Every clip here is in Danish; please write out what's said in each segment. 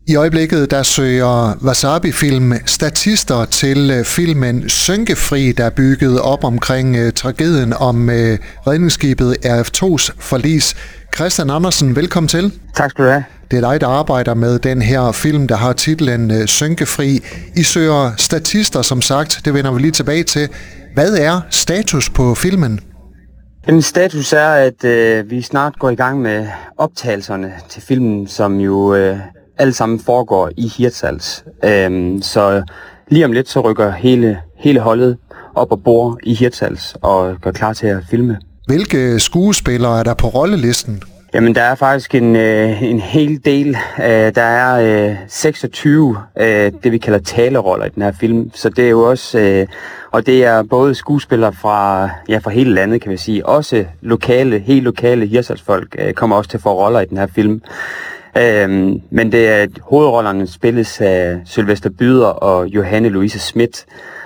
I øjeblikket der søger Wasabi Film statister til filmen Synkefri, der er bygget op omkring tragedien om redningsskibet RF2's forlis. Christian Andersen, velkommen til. Tak skal du have. Det er dig, der arbejder med den her film, der har titlen Synkefri. I søger statister, som sagt. Det vender vi lige tilbage til. Hvad er status på filmen? Jamen, status er, at vi snart går i gang med optagelserne til filmen, som jo alle sammen foregår i Hirtshals. Så lige om lidt så rykker hele holdet op og bor i Hirtshals og går klar til at filme. Hvilke skuespillere er der på rollelisten? Jamen, der er faktisk en hel del. Der er 26 det vi kalder taleroller i den her film. Så det er jo også, og det er både skuespillere fra hele landet, kan vi sige. Også helt lokale Hirtshalsfolk kommer også til at få roller i den her film. Men det er hovedrollerne spilles af Sylvester Byder og Johanne Louise Schmidt,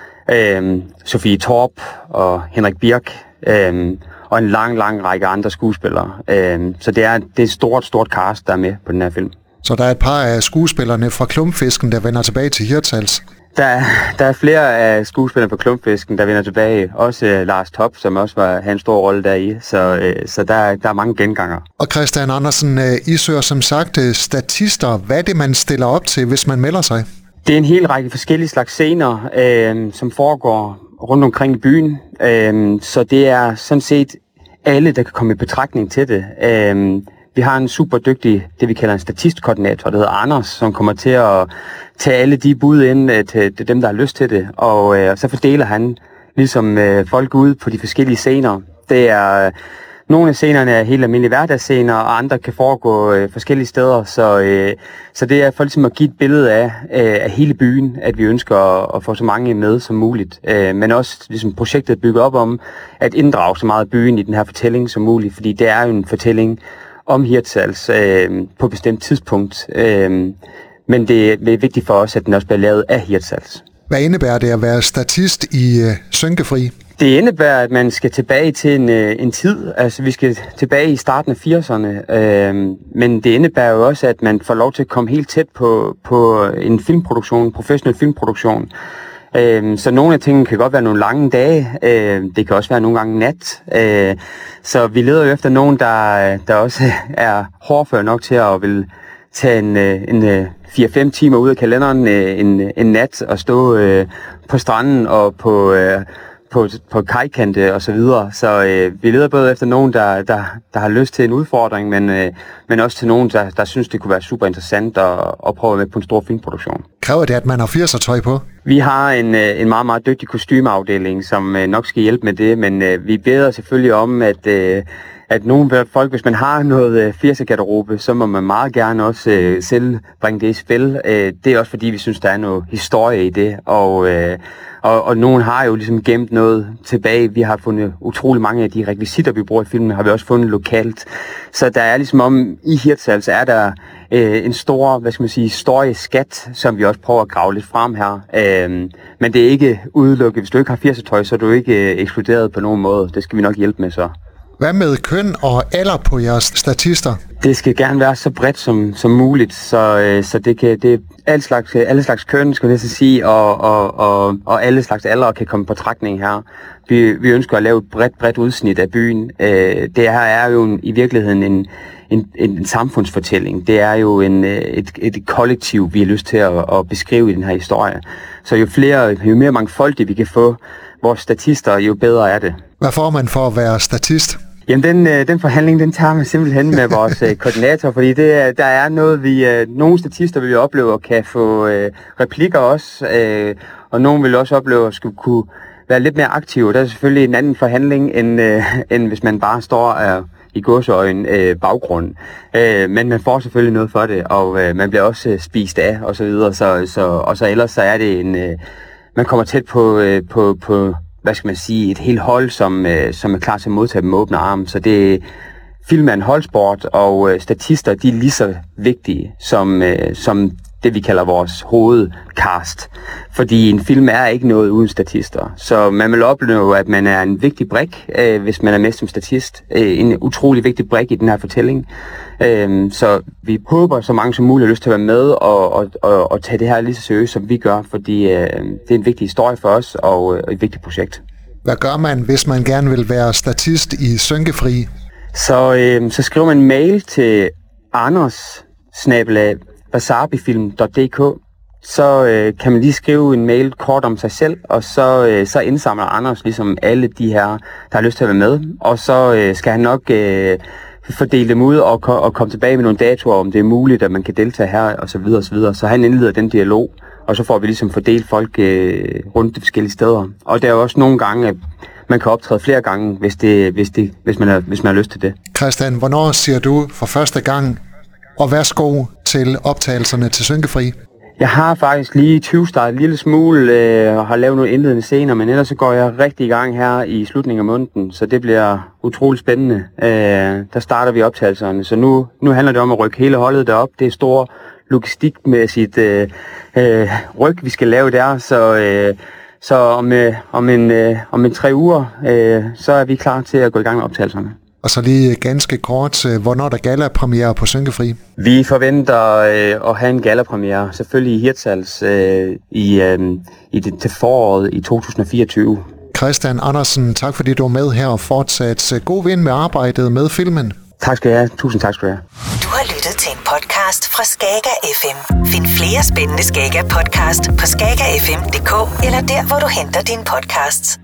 Sofie Torp og Henrik Birk, og en lang række andre skuespillere. Så det er et stort cast, der er med på den her film. Så der er et par af skuespillerne fra Klumpfisken, der vender tilbage til Hirtshals? Der er flere af skuespillerne på Klumpfisken, der vender tilbage. Også Lars Top, som også havde en stor rolle deri. Så der er mange genganger. Og Christian Andersen, I søger som sagt statister. Hvad er det, man stiller op til, hvis man melder sig? Det er en hel række forskellige slags scener, som foregår rundt omkring i byen. Så det er sådan set alle, der kan komme i betragtning til det. Vi har en super dygtig, det vi kalder en statistkoordinator, der hedder Anders, som kommer til at tage alle de bud ind til dem, der har lyst til det. Og så fordeler han ligesom folk ud på de forskellige scener. Det er nogle af scenerne er helt almindelige hverdagsscener, og andre kan foregå forskellige steder. Så det er for ligesom at give et billede af hele byen, at vi ønsker at få så mange med som muligt. Men også ligesom projektet bygger op om at inddrage så meget af byen i den her fortælling som muligt, fordi det er jo en fortælling om Hirtshals på et bestemt tidspunkt. Men det er vigtigt for os, at den også bliver lavet af Hirtshals. Hvad indebærer det at være statist i Synkefri? Det indebærer, at man skal tilbage til en tid. Altså, vi skal tilbage i starten af 80'erne. Men det indebærer jo også, at man får lov til at komme helt tæt på en filmproduktion, en professionel filmproduktion. Så nogle af tingene kan godt være nogle lange dage. Det kan også være nogle gange nat. Så vi leder jo efter nogen, der også er hårdfør nok til at vil tage en 4-5 timer ud af kalenderen en nat og stå på stranden og på kajkante og så videre. Så vi leder både efter nogen, der har lyst til en udfordring, men også til nogen, der synes, det kunne være super interessant at prøve med på en stor filmproduktion. Kræver det, at man har 80'er-tøj på? Vi har en meget dygtig kostymeafdeling, som nok skal hjælpe med det, men vi beder selvfølgelig om, at nogle folk, hvis man har noget 80'er-garderobe, så må man meget gerne også selv bringe det i spil. Det er også fordi, vi synes, der er noget historie i det, og nogen har jo ligesom gemt noget tilbage. Vi har fundet utrolig mange af de rekvisitter, vi bruger i filmen, har vi også fundet lokalt. Så der er ligesom om, i Hirtshals er der en stor, historieskat, som vi også prøver at grave lidt frem her. Men det er ikke udelukket. Hvis du ikke har 80'er-tøj, så er du ikke ekskluderet på nogen måde. Det skal vi nok hjælpe med så. Hvad med køn og alder på jeres statister? Det skal gerne være så bredt som muligt, så det er alle slags køn, skal jeg næsten sige, og alle slags aldre kan komme på betragtning her. Vi ønsker at lave et bredt udsnit af byen. Det her er jo i virkeligheden en samfundsfortælling. Det er jo et kollektiv, vi har lyst til at beskrive i den her historie. Så jo mere mangfoldigt vi kan få vores statister, jo bedre er det. Hvad får man for at være statist? Jamen, den forhandling, den tager man simpelthen med vores koordinator, fordi der er noget, nogle statister vil opleve at kan få replikker også, og nogle vil også opleve at skulle kunne være lidt mere aktive. Der er selvfølgelig en anden forhandling, end hvis man bare står i gåseøjne baggrund. Men man får selvfølgelig noget for det, og man bliver også spist af, og så videre. Så ellers så er det man kommer tæt på hvad skal man sige, et helt hold, som er klar til at modtage dem med åbne arme. Så film er en holdsport, og statister, de er lige så vigtige som det vi kalder vores hovedcast. Fordi en film er ikke noget uden statister. Så man vil opleve, at man er en vigtig brik, hvis man er med som statist. En utrolig vigtig brik i den her fortælling. Så vi håber, så mange som muligt har lyst til at være med og tage det her lige så seriøst, som vi gør. Fordi det er en vigtig historie for os og et vigtigt projekt. Hvad gør man, hvis man gerne vil være statist i Synkefri? Så skriver man en mail til anders@wasabifilm.dk. Så kan man lige skrive en mail kort om sig selv, og så indsamler Anders ligesom alle de her, der har lyst til at være med. Og så skal han nok fordele dem ud og komme tilbage med nogle datoer, om det er muligt, at man kan deltage her, og så videre, og så videre. Så han indleder den dialog, og så får vi ligesom fordelt folk rundt de forskellige steder. Og der er jo også nogle gange, at man kan optræde flere gange, hvis man har lyst til det. Christian, hvornår siger du for første gang, og værsgo til optagelserne til Synkefri? Jeg har faktisk lige 20-startet en lille smule og har lavet nogle indledende scener, men ellers så går jeg rigtig i gang her i slutningen af måneden, så det bliver utroligt spændende. Der starter vi optagelserne, så nu handler det om at rykke hele holdet derop. Det er store logistikmæssigt ryg, vi skal lave der, så om en 3 uger, så er vi klar til at gå i gang med optagelserne. Og så lige ganske kort, hvornår der gala-premiere på Synkefri? Vi forventer at have en gala-premiere, selvfølgelig i Hirtshals til foråret i 2024. Christian Andersen, tak fordi du var med her og fortsat god vind med arbejdet med filmen. Tak skal jeg have. Tusind tak skal jeg have. Du har lyttet til en podcast fra Skager FM. Find flere spændende Skager podcast på skagerfm.dk eller der, hvor du henter dine podcasts.